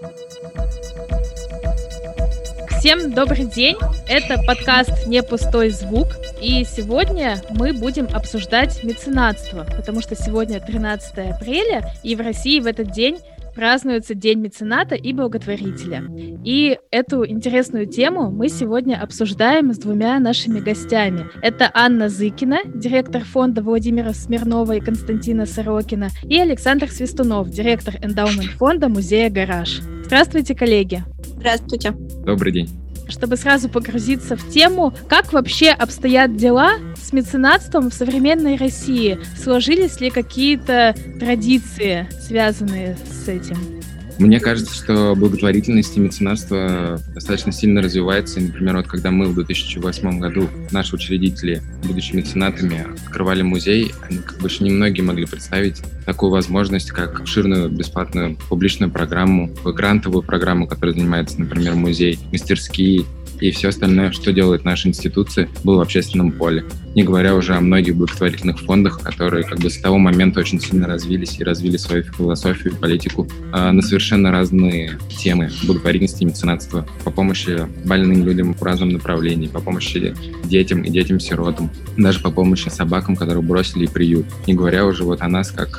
Всем добрый день! Это подкаст «Не пустой звук», и сегодня мы будем обсуждать меценатство, потому что сегодня 13 апреля, и в России в этот день празднуется День мецената и благотворителя. И эту интересную тему мы сегодня обсуждаем с двумя нашими гостями. Это Анна Зыкина, директор фонда Владимира Смирнова и Константина Сорокина, и Александр Свистунов, директор эндаумент-фонда музея «Гараж». Здравствуйте, коллеги! Здравствуйте! Добрый день! Чтобы сразу погрузиться в тему, как вообще обстоят дела с меценатством в современной России? Сложились ли какие-то традиции, связанные с этим? Мне кажется, что благотворительность и меценатство достаточно сильно развивается. И, например, вот когда мы в 2008 году, наши учредители, будучи меценатами, открывали музей, они еще немногие могли представить такую возможность, как обширную бесплатную публичную программу, грантовую программу, которой занимается, например, музей, мастерские и все остальное, что делает наша институция, было в общественном поле. Не говоря уже о многих благотворительных фондах, которые с того момента очень сильно развились и развили свою философию и политику на совершенно разные темы благотворительности и меценатства, по помощи больным людям в разном направлении, по помощи детям и детям-сиротам, даже по помощи собакам, которые бросили и приют. Не говоря уже о нас, как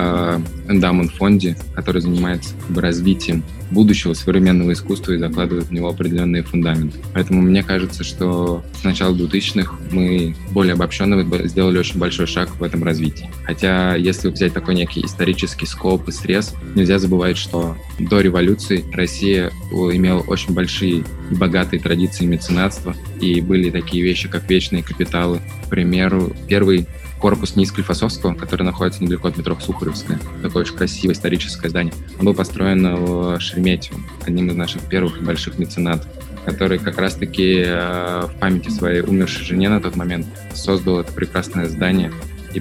эндаумент-фонде, который занимается развитием будущего современного искусства и закладывает в него определенные фундаменты. Поэтому мне кажется, что с начала 2000-х мы более обобщенно сделали очень большой шаг в этом развитии. Хотя, если взять такой некий исторический скоп и срез, нельзя забывать, что до революции Россия имела очень большие и богатые традиции меценатства, и были такие вещи, как вечные капиталы. К примеру, первый корпус НИИ Склифосовского, который находится недалеко от метро Сухаревская. Такое очень красивое историческое здание. Он был построен в Шереметьево, одним из наших первых больших меценатов, который как раз-таки в памяти своей умершей жене на тот момент создал это прекрасное здание и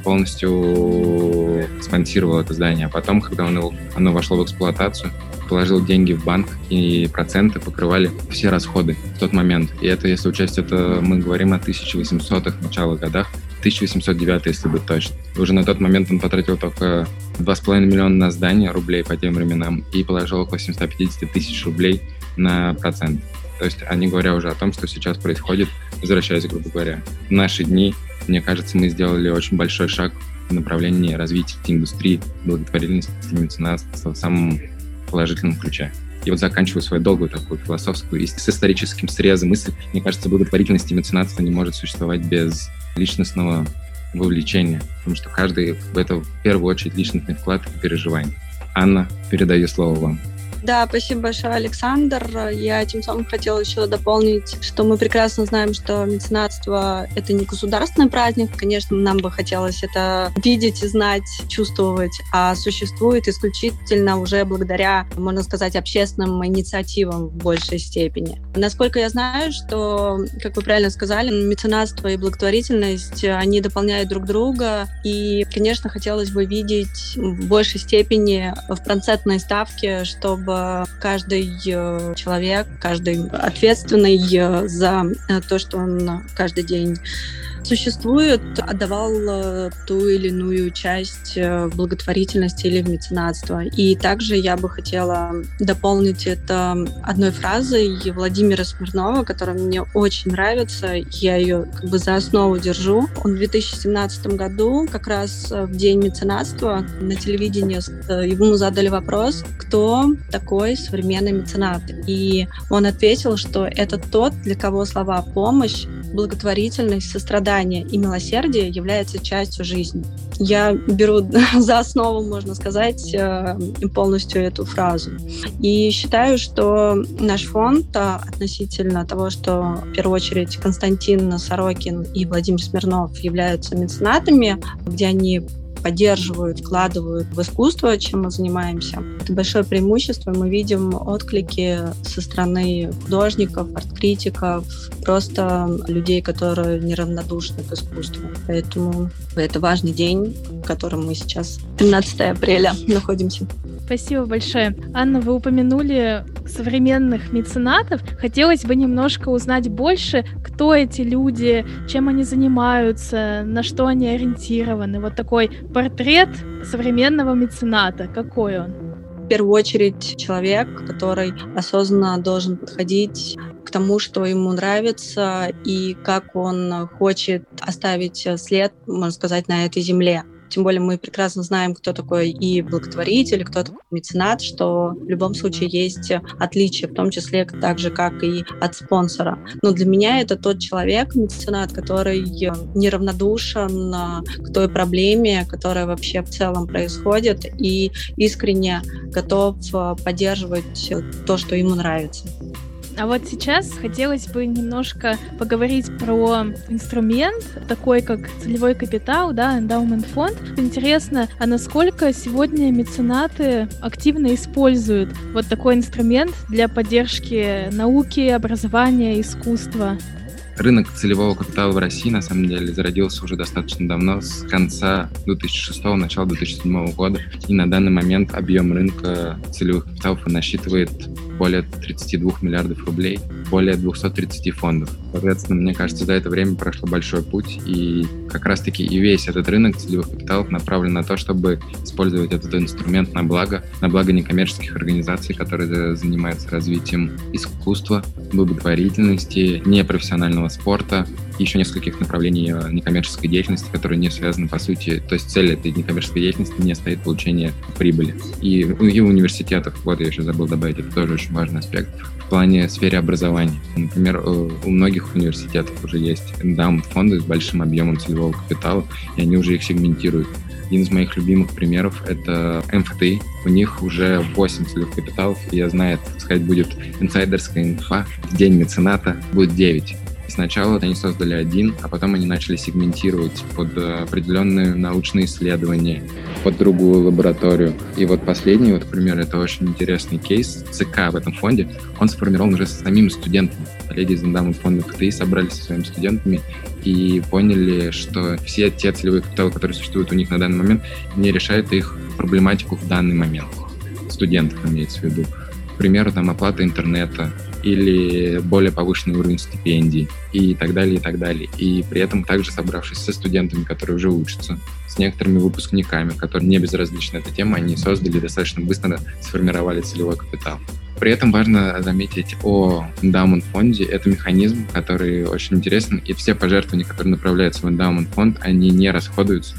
полностью спонсировал это здание. А потом, когда оно вошло в эксплуатацию, положил деньги в банк, и проценты покрывали все расходы в тот момент. И это, если учесть, это мы говорим о 1800-х, началах годах, 1809, если быть точно. Уже на тот момент он потратил только 2,5 миллиона на здание рублей по тем временам и положил около 750 тысяч рублей на процент. То есть, не говоря уже о том, что сейчас происходит, возвращаясь, грубо говоря, в наши дни, мне кажется, мы сделали очень большой шаг в направлении развития индустрии, благотворительности и меценатства в самом положительном ключе. И заканчиваю свою долгую такую философскую и с историческим срезом мысль, мне кажется, благотворительность и меценатство не может существовать без личностного вовлечения, потому что каждый в это в первую очередь личностный вклад и переживание. Анна, передаю слово вам. Да, спасибо большое, Александр. Я тем самым хотела еще дополнить, что мы прекрасно знаем, что меценатство — это не государственный праздник. Конечно, нам бы хотелось это видеть и знать, чувствовать, а существует исключительно уже благодаря, можно сказать, общественным инициативам в большей степени. Насколько я знаю, что, как вы правильно сказали, меценатство и благотворительность, они дополняют друг друга, и, конечно, хотелось бы видеть в большей степени в процентной ставке, чтобы каждый человек, каждый ответственный за то, что он каждый день существует, отдавал ту или иную часть благотворительности или в меценатство. И также я бы хотела дополнить это одной фразой Владимира Смирнова, которая мне очень нравится. Я ее за основу держу. Он в 2017 году, как раз в День меценатства, на телевидении ему задали вопрос, кто такой современный меценат. И он ответил, что это тот, для кого слова «помощь», благотворительность, сострадание и милосердие является частью жизни. Я беру за основу, можно сказать, полностью эту фразу. И считаю, что наш фонд относительно того, что в первую очередь Константин Сорокин и Владимир Смирнов являются меценатами, где они поддерживают, вкладывают в искусство, чем мы занимаемся. Это большое преимущество. Мы видим отклики со стороны художников, арт-критиков, просто людей, которые неравнодушны к искусству. Поэтому это важный день, в котором мы сейчас, 13 апреля, находимся. Спасибо большое. Анна, вы упомянули современных меценатов. Хотелось бы немножко узнать больше, кто эти люди, чем они занимаются, на что они ориентированы. Вот такой портрет современного мецената. Какой он? в первую очередь человек, который осознанно должен подходить к тому, что ему нравится и как он хочет оставить след, можно сказать, на этой земле. Тем более мы прекрасно знаем, кто такой и благотворитель, кто такой меценат, что в любом случае есть отличия, в том числе так же, как и от спонсора. Но для меня это тот человек, меценат, который неравнодушен к той проблеме, которая вообще в целом происходит, и искренне готов поддерживать то, что ему нравится. А вот сейчас хотелось бы немножко поговорить про инструмент, такой как целевой капитал, да, эндаумент фонд. Интересно, а насколько сегодня меценаты активно используют вот такой инструмент для поддержки науки, образования, искусства? Рынок целевого капитала в России, на самом деле, зародился уже достаточно давно, с конца 2006-го, начала 2007 года. И на данный момент объем рынка целевых капиталов насчитывает более 32 миллиардов рублей, более 230 фондов. Соответственно, мне кажется, за это время прошло большой путь, и как раз-таки и весь этот рынок целевых капиталов направлен на то, чтобы использовать этот инструмент на благо некоммерческих организаций, которые занимаются развитием искусства, благотворительности, непрофессионального спорта, и еще нескольких направлений некоммерческой деятельности, которые не связаны, по сути, то есть цель этой некоммерческой деятельности не стоит получение прибыли. И у университетов, вот я еще забыл добавить, это тоже очень важный аспект, в плане сферы образования. Например, у многих университетов уже есть эндаумент-фонды с большим объемом целевого капитала, и они уже их сегментируют. Один из моих любимых примеров — это МФТИ. У них уже 8 целевых капиталов, и я знаю, так сказать, будет инсайдерская инфа, в день мецената будет 9. Сначала они создали один, а потом они начали сегментировать под определенные научные исследования, под другую лабораторию. И вот последний, вот, к примеру, это очень интересный кейс. ЦК в этом фонде, он сформирован уже с самими студентами. Коллеги из эндаумент фонда КТИ собрались со своими студентами и поняли, что все те целевые капиталы, которые существуют у них на данный момент, не решают их проблематику в данный момент. Студентов имеется в виду. К примеру, там оплата интернета или более повышенный уровень стипендий и так далее, и так далее. И при этом также собравшись со студентами, которые уже учатся, с некоторыми выпускниками, которые не безразличны этой теме, они создали достаточно быстро, сформировали целевой капитал. При этом важно заметить о эндаумент-фонде. Это механизм, который очень интересен, и все пожертвования, которые направляются в эндаумент-фонд, они не расходуются.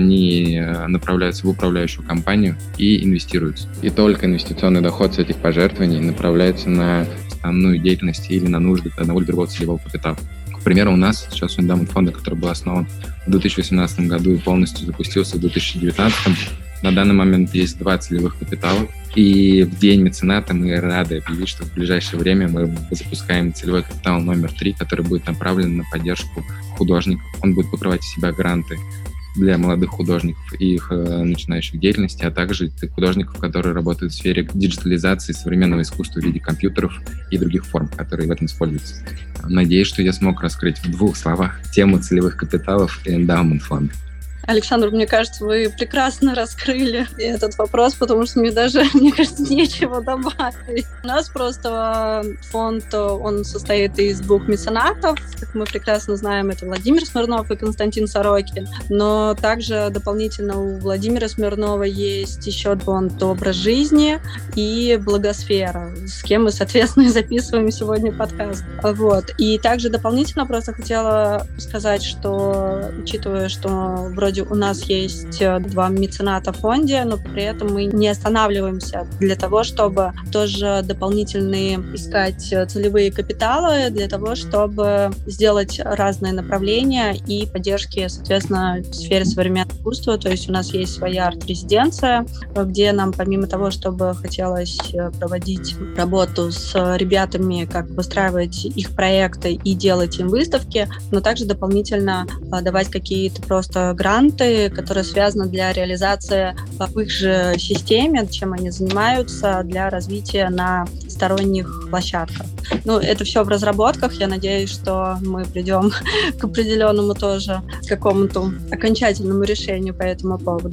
Они направляются в управляющую компанию и инвестируются. И только инвестиционный доход с этих пожертвований направляется на основную деятельность или на нужды одного или другого целевого капитала. К примеру, у нас сейчас эндаумент фонда, который был основан в 2018 году и полностью запустился в 2019, на данный момент есть 2 целевых капитала. И в день мецената мы рады объявить, что в ближайшее время мы запускаем целевой капитал номер 3, который будет направлен на поддержку художников. Он будет покрывать в себя гранты для молодых художников и их начинающих деятельности, а также художников, которые работают в сфере диджитализации современного искусства в виде компьютеров и других форм, которые в этом используются. Надеюсь, что я смог раскрыть в 2 словах тему целевых капиталов и эндаумент фонда. Александр, мне кажется, вы прекрасно раскрыли этот вопрос, потому что мне даже, мне кажется, нечего добавить. У нас просто фонд, он состоит из 2 меценатов. Как мы прекрасно знаем, это Владимир Смирнов и Константин Сорокин. Но также дополнительно у Владимира Смирнова есть еще фонд «Образ жизни» и «Благосфера», с кем мы, соответственно, и записываем сегодня подкаст. Вот. И также дополнительно просто хотела сказать, что, учитывая, что вроде у нас есть 2 мецената в фонде, но при этом мы не останавливаемся для того, чтобы тоже дополнительные искать целевые капиталы, для того, чтобы сделать разные направления и поддержки, соответственно, в сфере современного искусства. То есть у нас есть своя арт-резиденция, где нам, помимо того, чтобы хотелось проводить работу с ребятами, как выстраивать их проекты и делать им выставки, но также дополнительно давать какие-то просто гранты, которые связаны для реализации в их же системе, чем они занимаются, для развития на сторонних площадках. Ну, это все в разработках. Я надеюсь, что мы придем к определенному тоже какому-то окончательному решению по этому поводу.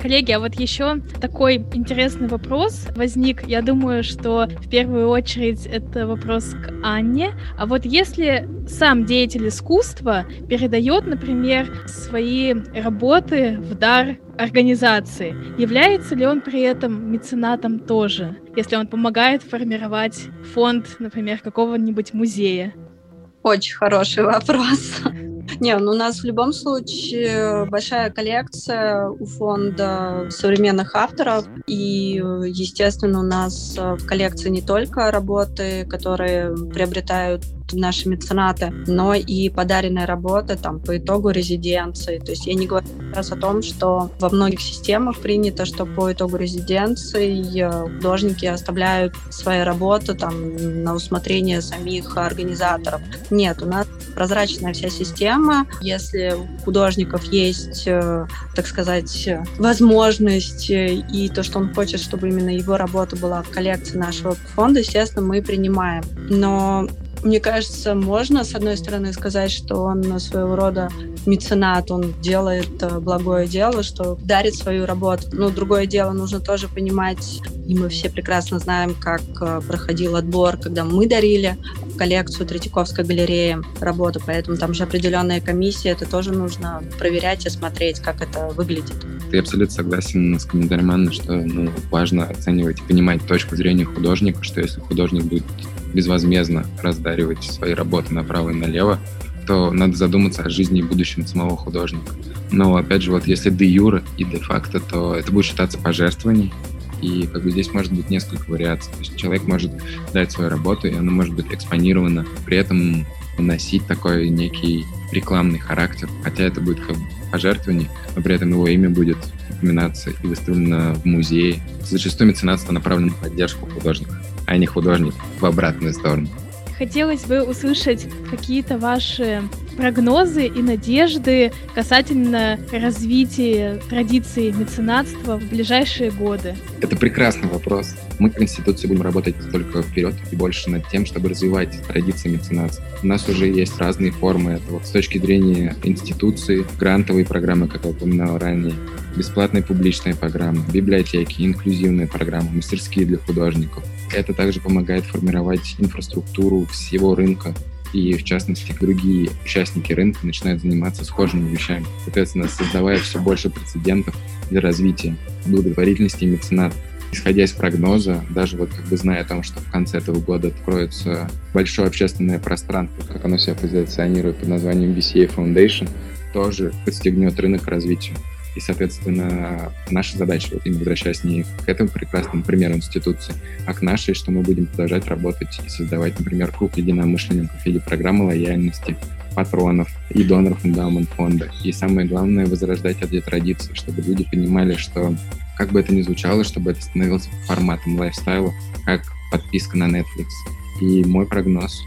Коллеги, а вот еще такой интересный вопрос возник. Я думаю, что в первую очередь это вопрос к Анне. А вот если сам деятель искусства передает, например, свои работы в дар организации, является ли он при этом меценатом тоже, если он помогает формировать фонд, например, какого-нибудь музея? Очень хороший вопрос. Не, ну у нас в любом случае большая коллекция у фонда современных авторов, и, естественно, у нас в коллекции не только работы, которые приобретают наши меценаты, но и подаренные работы там по итогу резиденции. То есть я не говорю сейчас о том, что во многих системах принято, что по итогу резиденции художники оставляют свои работы там на усмотрение самих организаторов. Нет, у нас прозрачная вся система. Если у художников есть, так сказать, возможность и то, что он хочет, чтобы именно его работа была в коллекции нашего фонда, естественно, мы принимаем. Но мне кажется, можно, с одной стороны, сказать, что он своего рода меценат, он делает благое дело, что дарит свою работу. Но другое дело, нужно тоже понимать, и мы все прекрасно знаем, как проходил отбор, когда мы дарили в коллекцию Третьяковской галереи работу, поэтому там же определенная комиссия, это тоже нужно проверять и смотреть, как это выглядит. Я абсолютно согласен с комментарием Анны, что важно оценивать и понимать точку зрения художника, что если художник будет безвозмездно раздаривать свои работы направо и налево, то надо задуматься о жизни и будущем самого художника. Но, опять же, вот если де юре и де факто, то это будет считаться пожертвованием, и здесь может быть несколько вариаций. То есть человек может дать свою работу, и она может быть экспонирована, при этом носить такой некий рекламный характер, хотя это будет пожертвование, но при этом его имя будет упоминаться и выставлено в музее. Зачастую меценатство направлено на поддержку художника, а не художник в обратную сторону. Хотелось бы услышать какие-то ваши прогнозы и надежды касательно развития традиции меценатства в ближайшие годы. Это прекрасный вопрос. Мы в институции будем работать только вперед и больше над тем, чтобы развивать традиции меценатства. У нас уже есть разные формы этого. С точки зрения институции, грантовые программы, как я упоминал ранее, бесплатные публичные программы, библиотеки, инклюзивные программы, мастерские для художников. Это также помогает формировать инфраструктуру всего рынка, и, в частности, другие участники рынка начинают заниматься схожими вещами, соответственно, создавая все больше прецедентов для развития благотворительности и меценатов. Исходя из прогноза, даже зная о том, что в конце этого года откроется большое общественное пространство, как оно себя позиционирует под названием BCA Foundation, тоже подстегнет рынок к развитию. И, соответственно, наша задача, именно возвращаясь не к этому прекрасному примеру институции, а к нашей, что мы будем продолжать работать и создавать, например, круг единомышленников в виде программы лояльности, патронов и доноров эндаумент фонда. И самое главное — возрождать эти традиции, чтобы люди понимали, что, как бы это ни звучало, чтобы это становилось форматом лайфстайла, как подписка на Netflix. И мой прогноз,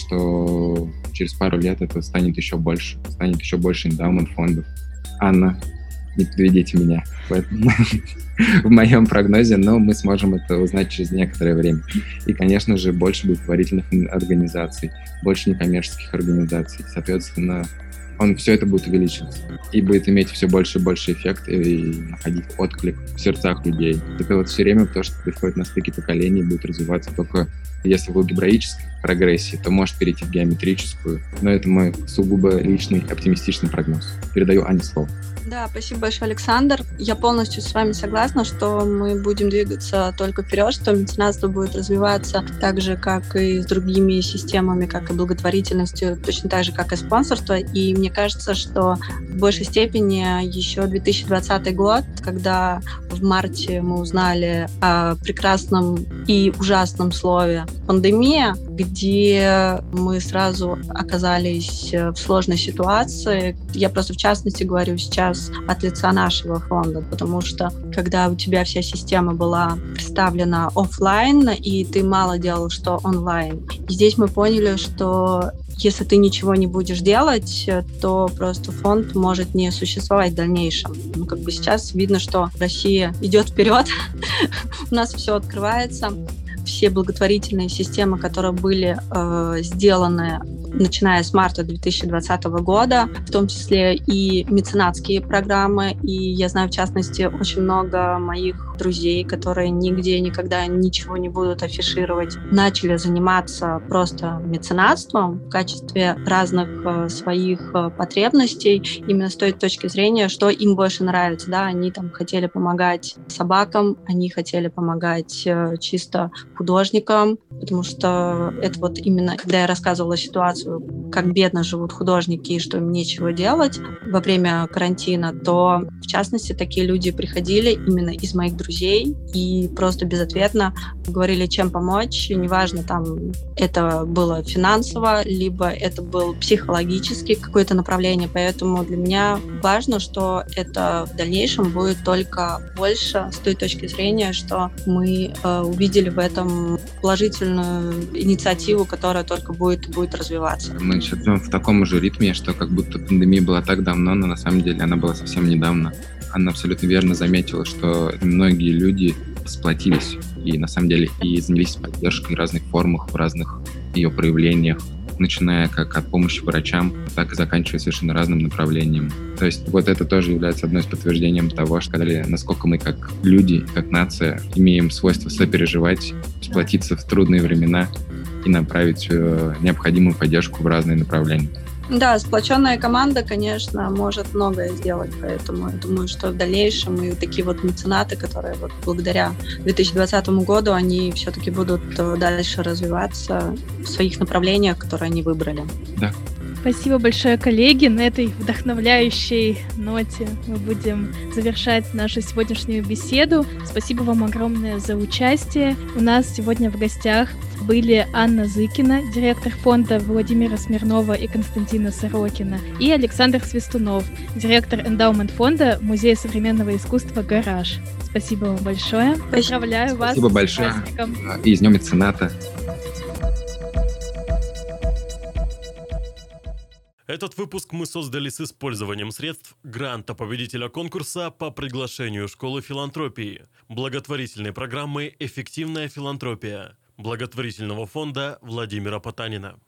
что через пару лет это станет еще больше эндаумент фондов. Анна, не подведите меня в моем прогнозе, но мы сможем это узнать через некоторое время. И, конечно же, больше благотворительных организаций, больше некоммерческих организаций. Соответственно, все это будет увеличиваться и будет иметь все больше и больше эффект и находить отклик в сердцах людей. Это все время то, что происходит на стыке поколений, будет развиваться только если в алгебраической прогрессии, то может перейти в геометрическую. Но это мой сугубо личный оптимистичный прогноз. Передаю Ане слово. Да, спасибо большое, Александр. Я полностью с вами согласна, что мы будем двигаться только вперед, что меценатство будет развиваться так же, как и с другими системами, как и благотворительностью, точно так же, как и спонсорство. И мне кажется, что в большей степени еще 2020 год, когда в марте мы узнали о прекрасном и ужасном слове «пандемия», где мы сразу оказались в сложной ситуации. Я просто в частности говорю сейчас от лица нашего фонда, потому что когда у тебя вся система была представлена офлайн, и ты мало делал, что онлайн. И здесь мы поняли, что если ты ничего не будешь делать, то просто фонд может не существовать в дальнейшем. Сейчас видно, что Россия идет вперед, у нас все открывается. Все благотворительные системы, которые были сделаны начиная с марта 2020 года, в том числе и меценатские программы. И я знаю, в частности, очень много моих друзей, которые нигде никогда ничего не будут афишировать, начали заниматься просто меценатством в качестве разных своих потребностей, именно с той точки зрения, что им больше нравится. Да? Они там хотели помогать собакам, они хотели помогать чисто художникам, потому что это вот именно, когда я рассказывала ситуацию, как бедно живут художники и что им нечего делать во время карантина, то, в частности, такие люди приходили именно из моих друзей и просто безответно говорили, чем помочь. Неважно, там это было финансово, либо это было психологически какое-то направление. Поэтому для меня важно, что это в дальнейшем будет только больше с той точки зрения, что мы увидели в этом положительную инициативу, которая только будет развиваться. Мы сейчас живем в таком же ритме, что как будто пандемия была так давно, но на самом деле она была совсем недавно. Анна абсолютно верно заметила, что многие люди сплотились и на самом деле и занялись поддержкой в разных формах, в разных ее проявлениях, начиная как от помощи врачам, так и заканчивая совершенно разным направлением. То есть вот это тоже является одной из подтверждением того, что насколько мы как люди, как нация имеем свойство сопереживать, сплотиться в трудные времена и направить необходимую поддержку в разные направления. Да, сплоченная команда, конечно, может многое сделать, поэтому я думаю, что в дальнейшем и такие вот меценаты, которые вот благодаря 2020 году, они все-таки будут дальше развиваться в своих направлениях, которые они выбрали. Да. Спасибо большое, коллеги. На этой вдохновляющей ноте мы будем завершать нашу сегодняшнюю беседу. Спасибо вам огромное за участие. У нас сегодня в гостях были Анна Зыкина, директор фонда Владимира Смирнова и Константина Сорокина, и Александр Свистунов, директор эндаумент фонда Музея современного искусства «Гараж». Спасибо вам большое. Поздравляю вас Спасибо большое. С праздником. И с Днем мецената. Этот выпуск мы создали с использованием средств гранта победителя конкурса по приглашению Школы филантропии, благотворительной программы «Эффективная филантропия», благотворительного фонда Владимира Потанина.